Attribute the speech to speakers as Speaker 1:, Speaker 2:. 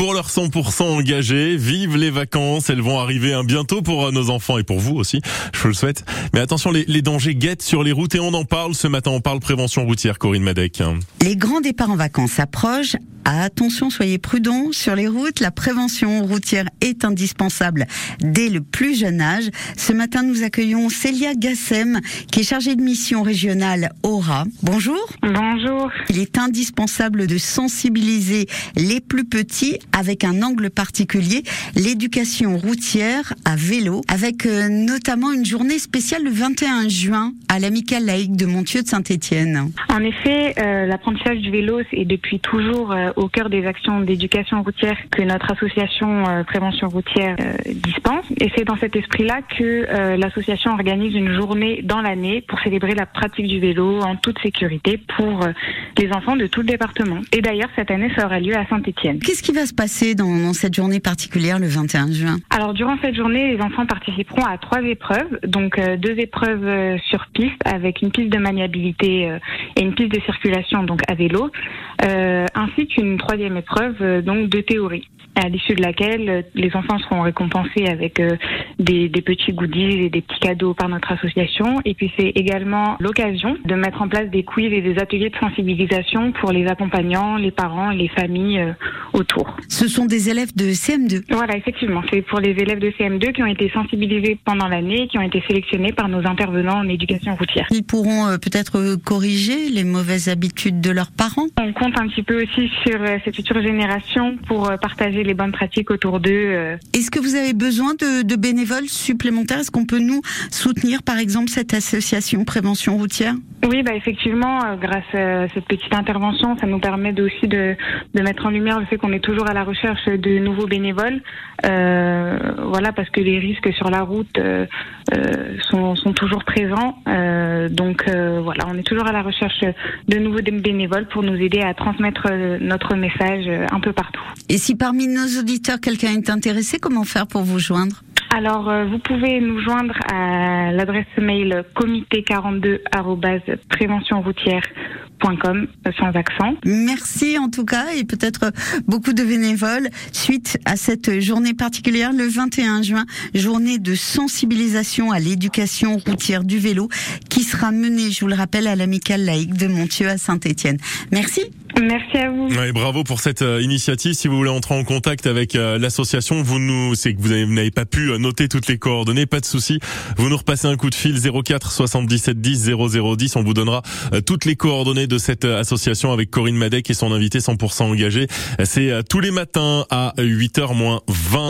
Speaker 1: pour leur 100% engagés. Vive les vacances, elles vont arriver bientôt pour nos enfants et pour vous aussi, je vous le souhaite. Mais attention, les dangers guettent sur les routes et on en parle ce matin, on parle prévention routière, Corinne Madec.
Speaker 2: Les grands départs en vacances approchent. Attention, soyez prudents sur les routes. La prévention routière est indispensable dès le plus jeune âge. Ce matin, nous accueillons Célia Gassem, qui est chargée de mission régionale Aura. Bonjour.
Speaker 3: Bonjour.
Speaker 2: Il est indispensable de sensibiliser les plus petits avec un angle particulier, l'éducation routière à vélo, avec notamment une journée spéciale le 21 juin à l'amicale laïque de Montieu de Saint-Étienne.
Speaker 3: En effet, l'apprentissage du vélo est depuis toujours au cœur des actions d'éducation routière que notre association Prévention routière dispense. Et c'est dans cet esprit-là que l'association organise une journée dans l'année pour célébrer la pratique du vélo en toute sécurité pour les enfants de tout le département. Et d'ailleurs, cette année, ça aura lieu à Saint-Étienne.
Speaker 2: Qu'est-ce qui va se passer dans cette journée particulière le 21 juin ?
Speaker 3: Alors, durant cette journée, les enfants participeront à 3 épreuves. Donc, 2 épreuves sur piste avec une piste de maniabilité et une piste de circulation, donc à vélo, ainsi qu'une 3e épreuve, donc de théorie, à l'issue de laquelle les enfants seront récompensés avec des petits goodies et des petits cadeaux par notre association. Et puis c'est également l'occasion de mettre en place des quiz et des ateliers de sensibilisation pour les accompagnants, les parents et les familles autour.
Speaker 2: Ce sont des élèves de CM2.
Speaker 3: Voilà, effectivement, c'est pour les élèves de CM2 qui ont été sensibilisés pendant l'année et qui ont été sélectionnés par nos intervenants en éducation routière.
Speaker 2: Ils pourront peut-être corriger les mauvaises habitudes de leurs parents.
Speaker 3: On compte un petit peu aussi sur cette future génération pour partager les bonnes pratiques autour d'eux.
Speaker 2: Est-ce que vous avez besoin de bénévoles supplémentaires ? Est-ce qu'on peut nous soutenir, par exemple, cette association Prévention routière ?
Speaker 3: Oui, effectivement, grâce à cette petite intervention, ça nous permet aussi de mettre en lumière le fait qu'on est toujours à la recherche de nouveaux bénévoles. Voilà, parce que les risques sur la route sont toujours présents. Donc voilà, on est toujours à la recherche de nouveaux bénévoles pour nous aider à transmettre notre message un peu partout.
Speaker 2: Et si parmi nos auditeurs, quelqu'un est intéressé, comment faire pour vous joindre ?
Speaker 3: Alors, vous pouvez nous joindre à l'adresse mail comité42@préventionroutière.com sans accent.
Speaker 2: Merci en tout cas, et peut-être beaucoup de bénévoles suite à cette journée particulière le 21 juin, journée de sensibilisation à l'éducation routière du vélo qui sera menée, je vous le rappelle, à l'amicale laïque de Montieu à Saint-Étienne. Merci.
Speaker 3: Merci à vous.
Speaker 1: Ouais, bravo pour cette initiative. Si vous voulez entrer en contact avec l'association, c'est que vous n'avez pas pu noter toutes les coordonnées, pas de souci. Vous nous repassez un coup de fil 04 77 10 00 10. On vous donnera toutes les coordonnées de cette association avec Corinne Madec et son invité 100% engagé. C'est tous les matins à 8h moins 20.